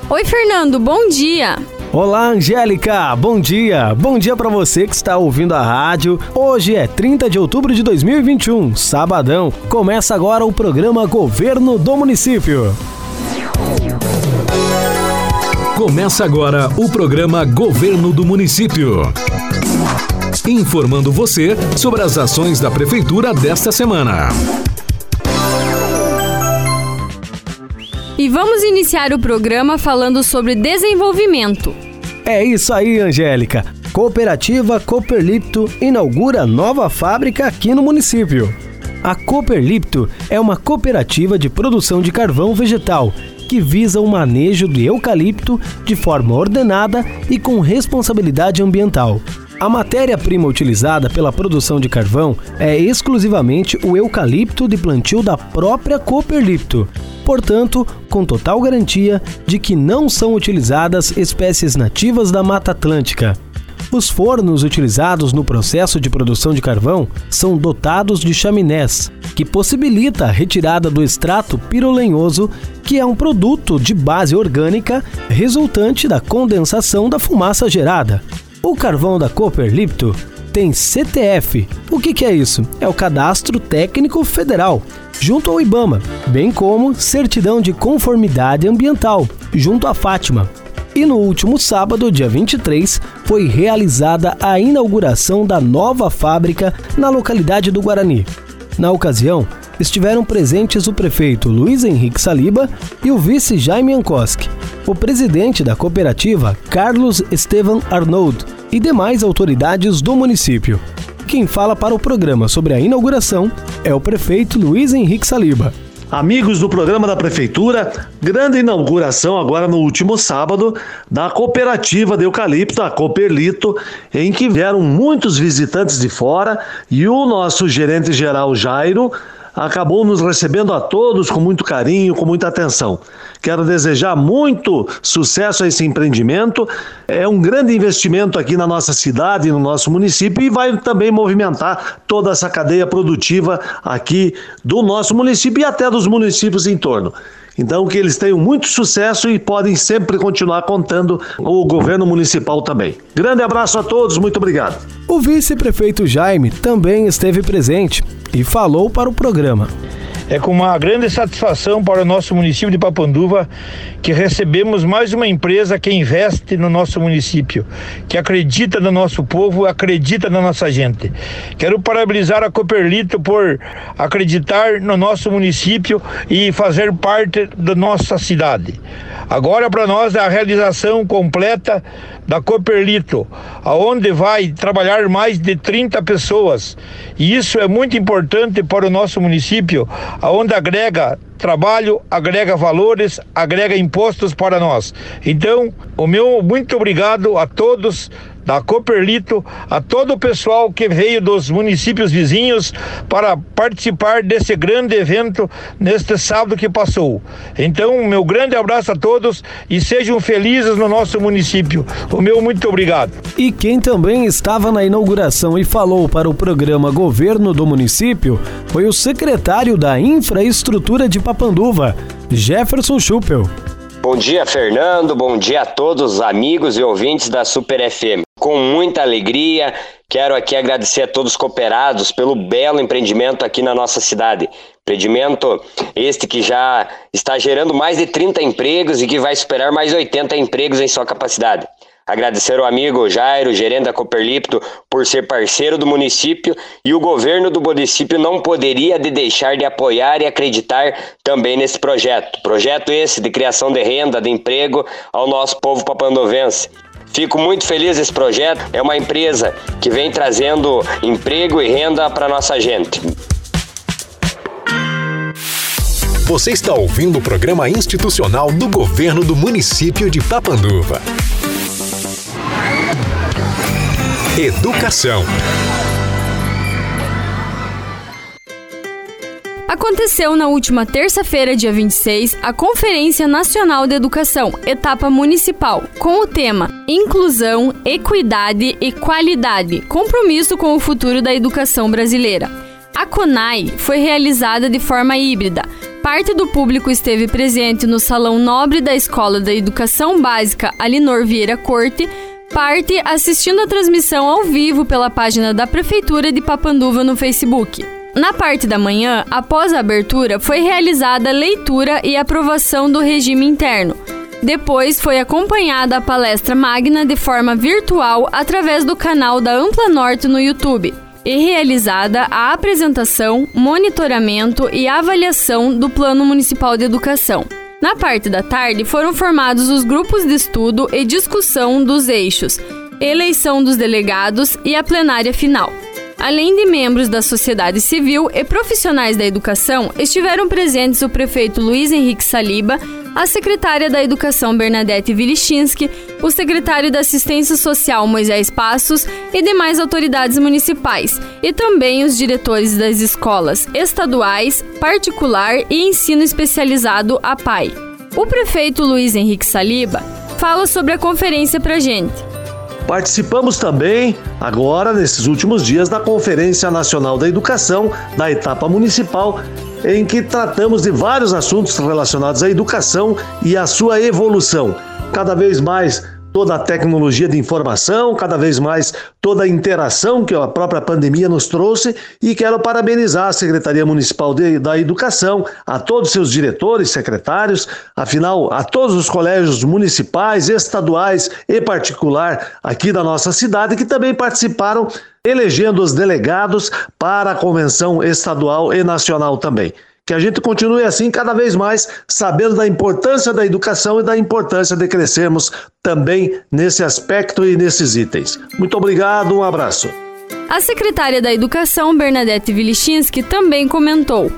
Oi, Fernando, bom dia! Olá, Angélica, bom dia! Bom dia para você que está ouvindo a rádio. Hoje é 30 de outubro de 2021, sabadão. Começa agora o programa Governo do Município. Começa agora o programa Governo do Município. Informando você sobre as ações da Prefeitura desta semana. E vamos iniciar o programa falando sobre desenvolvimento. É isso aí, Angélica. Cooperativa Cooperlipto inaugura nova fábrica aqui no município. A Cooperlipto é uma cooperativa de produção de carvão vegetal que visa o manejo de eucalipto de forma ordenada e com responsabilidade ambiental. A matéria-prima utilizada pela produção de carvão é exclusivamente o eucalipto de plantio da própria Cooperlipto, portanto, com total garantia de que não são utilizadas espécies nativas da Mata Atlântica. Os fornos utilizados no processo de produção de carvão são dotados de chaminés, que possibilita a retirada do extrato pirolenhoso, que é um produto de base orgânica resultante da condensação da fumaça gerada. O carvão da Cooperlipto tem CTF. O que é isso? É o Cadastro Técnico Federal, junto ao IBAMA, bem como Certidão de Conformidade Ambiental, junto à Fátima. E no último sábado, dia 23, foi realizada a inauguração da nova fábrica na localidade do Guarani. Na ocasião, estiveram presentes o prefeito Luiz Henrique Saliba e o vice Jaime Ankoski, o presidente da cooperativa Carlos Estevan Arnold e demais autoridades do município. Quem fala para o programa sobre a inauguração é o prefeito Luiz Henrique Saliba. Amigos do programa da Prefeitura, grande inauguração agora no último sábado da cooperativa de eucalipto, a Cooperlipto, em que vieram muitos visitantes de fora e o nosso gerente geral Jairo acabou nos recebendo a todos com muito carinho, com muita atenção. Quero desejar muito sucesso a esse empreendimento. É um grande investimento aqui na nossa cidade, no nosso município, e vai também movimentar toda essa cadeia produtiva aqui do nosso município e até dos municípios em torno. Então, que eles tenham muito sucesso e podem sempre continuar contando o governo municipal também. Grande abraço a todos, muito obrigado. O vice-prefeito Jaime também esteve presente e falou para o programa. É com uma grande satisfação para o nosso município de Papanduva que recebemos mais uma empresa que investe no nosso município, que acredita no nosso povo, acredita na nossa gente. Quero parabenizar a Cooperlipto por acreditar no nosso município e fazer parte da nossa cidade. Agora para nós é a realização completa da Cooperlipto, aonde vai trabalhar mais de 30 pessoas. E isso é muito importante para o nosso município, aonde agrega trabalho, agrega valores, agrega impostos para nós. Então, o meu muito obrigado a todos da Cooperlipto, a todo o pessoal que veio dos municípios vizinhos para participar desse grande evento neste sábado que passou. Então, meu grande abraço a todos e sejam felizes no nosso município. O meu muito obrigado. E quem também estava na inauguração e falou para o programa Governo do Município foi o secretário da Infraestrutura de Papanduva, Jefferson Schuppel. Bom dia, Fernando. Bom dia a todos os amigos e ouvintes da Super FM. Com muita alegria, quero aqui agradecer a todos os cooperados pelo belo empreendimento aqui na nossa cidade. Empreendimento este que já está gerando mais de 30 empregos e que vai superar mais 80 empregos em sua capacidade. Agradecer ao amigo Jairo, gerente da Cooperlipto, por ser parceiro do município, e o governo do município não poderia deixar de apoiar e acreditar também nesse projeto. Projeto esse de criação de renda, de emprego ao nosso povo papanduvense. Fico muito feliz desse projeto, é uma empresa que vem trazendo emprego e renda para nossa gente. Você está ouvindo o programa institucional do Governo do Município de Papanduva. Educação. Aconteceu na última terça-feira, dia 26, a Conferência Nacional de Educação, etapa municipal, com o tema Inclusão, Equidade e Qualidade, compromisso com o futuro da educação brasileira. A CONAI foi realizada de forma híbrida. Parte do público esteve presente no Salão Nobre da Escola da Educação Básica Alinor Vieira Corte, parte assistindo a transmissão ao vivo pela página da Prefeitura de Papanduva no Facebook. Na parte da manhã, após a abertura, foi realizada a leitura e aprovação do regime interno. Depois foi acompanhada a palestra magna de forma virtual através do canal da Ampla Norte no YouTube e realizada a apresentação, monitoramento e avaliação do Plano Municipal de Educação. Na parte da tarde, foram formados os grupos de estudo e discussão dos eixos, eleição dos delegados e a plenária final. Além de membros da sociedade civil e profissionais da educação, estiveram presentes o prefeito Luiz Henrique Saliba, a secretária da Educação Bernadette Vilichinski, o secretário da Assistência Social Moisés Passos e demais autoridades municipais, e também os diretores das escolas estaduais, particular e ensino especializado APAE. O prefeito Luiz Henrique Saliba fala sobre a conferência pra gente. Participamos também, agora, nesses últimos dias, da Conferência Nacional da Educação, da etapa municipal, em que tratamos de vários assuntos relacionados à educação e à sua evolução. Cada vez mais toda a tecnologia de informação, cada vez mais toda a interação que a própria pandemia nos trouxe, e quero parabenizar a Secretaria Municipal da Educação, a todos os seus diretores, secretários, afinal, a todos os colégios municipais, estaduais e particular aqui da nossa cidade, que também participaram, elegendo os delegados para a convenção estadual e nacional também. Que a gente continue assim cada vez mais, sabendo da importância da educação e da importância de crescermos também nesse aspecto e nesses itens. Muito obrigado, um abraço. A secretária da Educação, Bernadette Vilichinski, também comentou.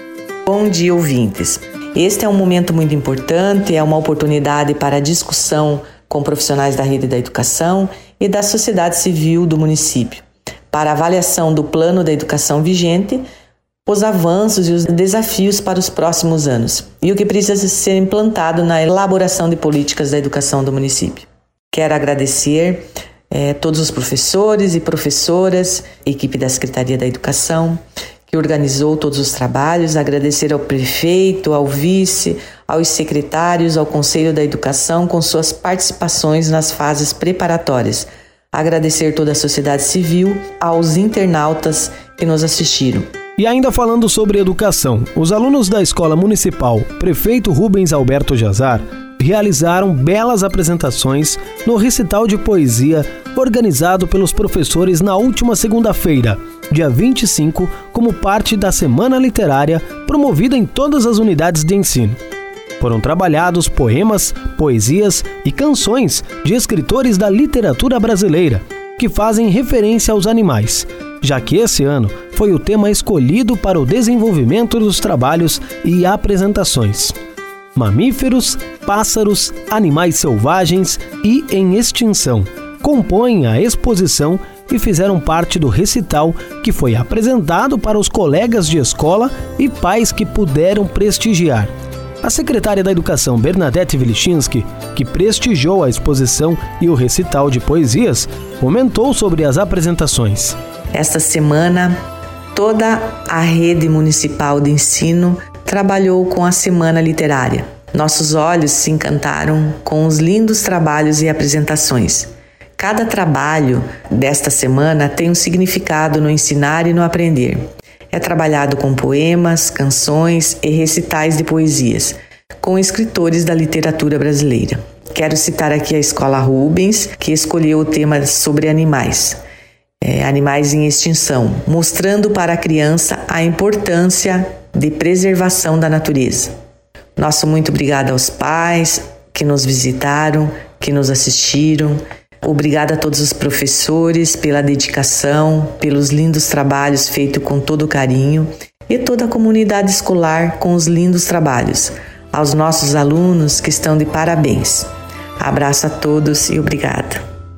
Bom dia, ouvintes. Este é um momento muito importante, é uma oportunidade para discussão com profissionais da rede da educação e da sociedade civil do município, para avaliação do plano da educação vigente, os avanços e os desafios para os próximos anos e o que precisa ser implantado na elaboração de políticas da educação do município. Quero agradecer todos os professores e professoras, equipe da Secretaria da Educação, que organizou todos os trabalhos, agradecer ao prefeito, ao vice, aos secretários, ao Conselho da Educação com suas participações nas fases preparatórias. Agradecer toda a sociedade civil, aos internautas que nos assistiram. E ainda falando sobre educação, os alunos da Escola Municipal Prefeito Rubens Alberto Jazar realizaram belas apresentações no recital de poesia organizado pelos professores na última segunda-feira, dia 25, como parte da Semana Literária promovida em todas as unidades de ensino. Foram trabalhados poemas, poesias e canções de escritores da literatura brasileira, que fazem referência aos animais, já que esse ano foi o tema escolhido para o desenvolvimento dos trabalhos e apresentações. Mamíferos, pássaros, animais selvagens e em extinção compõem a exposição e fizeram parte do recital que foi apresentado para os colegas de escola e pais que puderam prestigiar. A secretária da Educação, Bernadette Vilichinski, que prestigiou a exposição e o recital de poesias, comentou sobre as apresentações. Esta semana, toda a rede municipal de ensino trabalhou com a Semana Literária. Nossos olhos se encantaram com os lindos trabalhos e apresentações. Cada trabalho desta semana tem um significado no ensinar e no aprender. É trabalhado com poemas, canções e recitais de poesias, com escritores da literatura brasileira. Quero citar aqui a Escola Rubens, que escolheu o tema sobre animais. Animais em extinção, mostrando para a criança a importância de preservação da natureza. Nosso muito obrigado aos pais que nos visitaram, que nos assistiram. Obrigada a todos os professores pela dedicação, pelos lindos trabalhos feitos com todo carinho e toda a comunidade escolar com os lindos trabalhos. Aos nossos alunos que estão de parabéns. Abraço a todos e obrigada.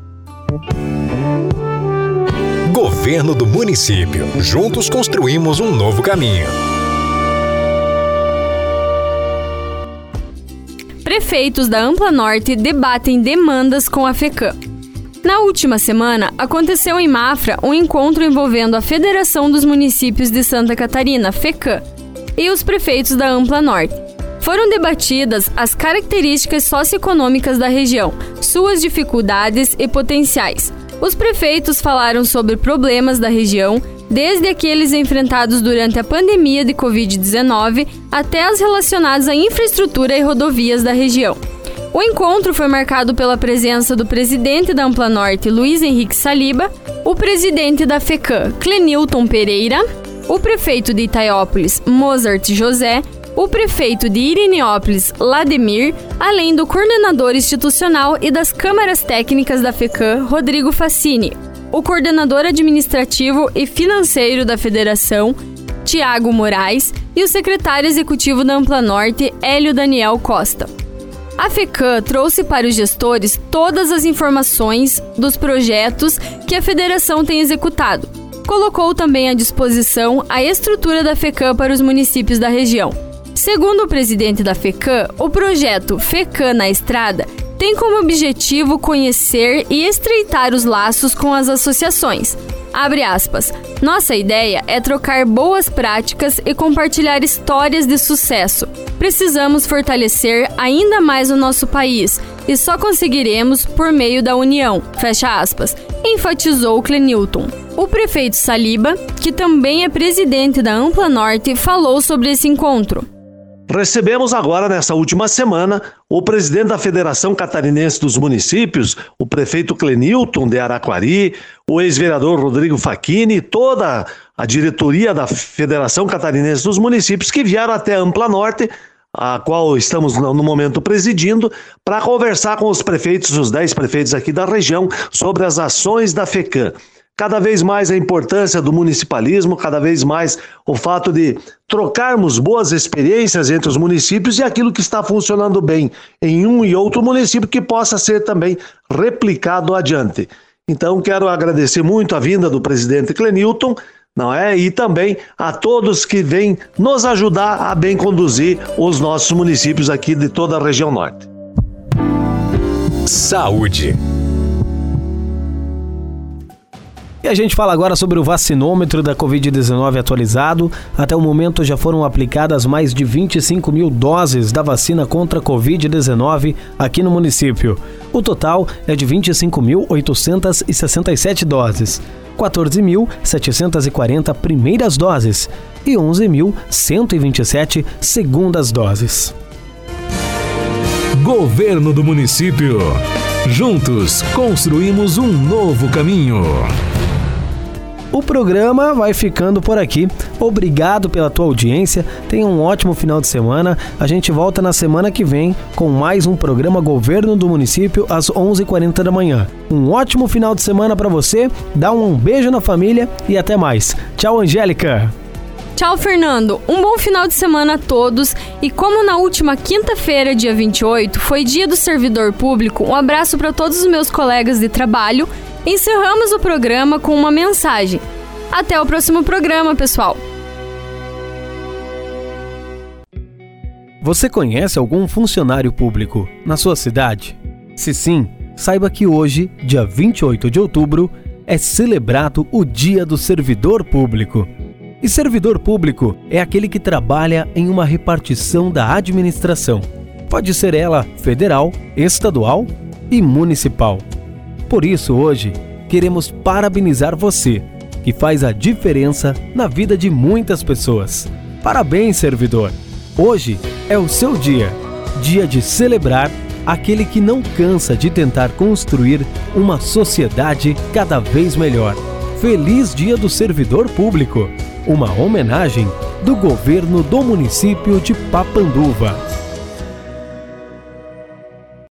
Governo do Município. Juntos construímos um novo caminho. Prefeitos da Ampla Norte debatem demandas com a FECAM. Na última semana, aconteceu em Mafra um encontro envolvendo a Federação dos Municípios de Santa Catarina, FECAM. e os prefeitos da Ampla Norte. Foram debatidas as características socioeconômicas da região, suas dificuldades e potenciais. Os prefeitos falaram sobre problemas da região, desde aqueles enfrentados durante a pandemia de Covid-19 até as relacionadas à infraestrutura e rodovias da região. O encontro foi marcado pela presença do presidente da Ampla Norte, Luiz Henrique Saliba, o presidente da FECAM, Clenilton Pereira, o prefeito de Itaiópolis, Mozart José, o prefeito de Irineópolis, Lademir, além do coordenador institucional e das câmaras técnicas da FECAM, Rodrigo Facini, o coordenador administrativo e financeiro da federação, Tiago Moraes, e o secretário executivo da Ampla Norte, Hélio Daniel Costa. A FECAM trouxe para os gestores todas as informações dos projetos que a federação tem executado. Colocou também à disposição a estrutura da FECAM para os municípios da região. Segundo o presidente da FECAM, o projeto FECAM na Estrada tem como objetivo conhecer e estreitar os laços com as associações. Abre aspas. Nossa ideia é trocar boas práticas e compartilhar histórias de sucesso. Precisamos fortalecer ainda mais o nosso país e só conseguiremos por meio da união. Fecha aspas. Enfatizou Clenilton. O prefeito Saliba, que também é presidente da Ampla Norte, falou sobre esse encontro. Recebemos agora, nessa última semana, o presidente da Federação Catarinense dos Municípios, o prefeito Clenilton de Araquari, o ex-vereador Rodrigo Facchini, toda a diretoria da Federação Catarinense dos Municípios que vieram até a Ampla Norte, a qual estamos no momento presidindo, para conversar com os prefeitos, os 10 prefeitos aqui da região, sobre as ações da FECAM. Cada vez mais a importância do municipalismo, cada vez mais o fato de trocarmos boas experiências entre os municípios e aquilo que está funcionando bem em um e outro município que possa ser também replicado adiante. Então quero agradecer muito a vinda do presidente Clenilton, não é? E também a todos que vêm nos ajudar a bem conduzir os nossos municípios aqui de toda a região norte. Saúde. E a gente fala agora sobre o vacinômetro da Covid-19 atualizado. Até o momento já foram aplicadas mais de 25 mil doses da vacina contra a Covid-19 aqui no município. O total é de 25.867 doses, 14.740 primeiras doses e 11.127 segundas doses. Governo do Município. Juntos construímos um novo caminho. O programa vai ficando por aqui. Obrigado pela tua audiência. Tenha um ótimo final de semana. A gente volta na semana que vem com mais um programa Governo do Município às 11h40 da manhã. Um ótimo final de semana para você. Dá um beijo na família e até mais. Tchau, Angélica. Tchau, Fernando. Um bom final de semana a todos. E como na última quinta-feira, dia 28, foi dia do servidor público, um abraço para todos os meus colegas de trabalho. Encerramos o programa com uma mensagem. Até o próximo programa, pessoal. Você conhece algum funcionário público na sua cidade? Se sim, saiba que hoje, dia 28 de outubro, é celebrado o Dia do Servidor Público. E servidor público é aquele que trabalha em uma repartição da administração. Pode ser ela federal, estadual e municipal. Por isso, hoje, queremos parabenizar você, que faz a diferença na vida de muitas pessoas. Parabéns, servidor! Hoje é o seu dia, dia de celebrar aquele que não cansa de tentar construir uma sociedade cada vez melhor. Feliz Dia do Servidor Público! Uma homenagem do Governo do Município de Papanduva.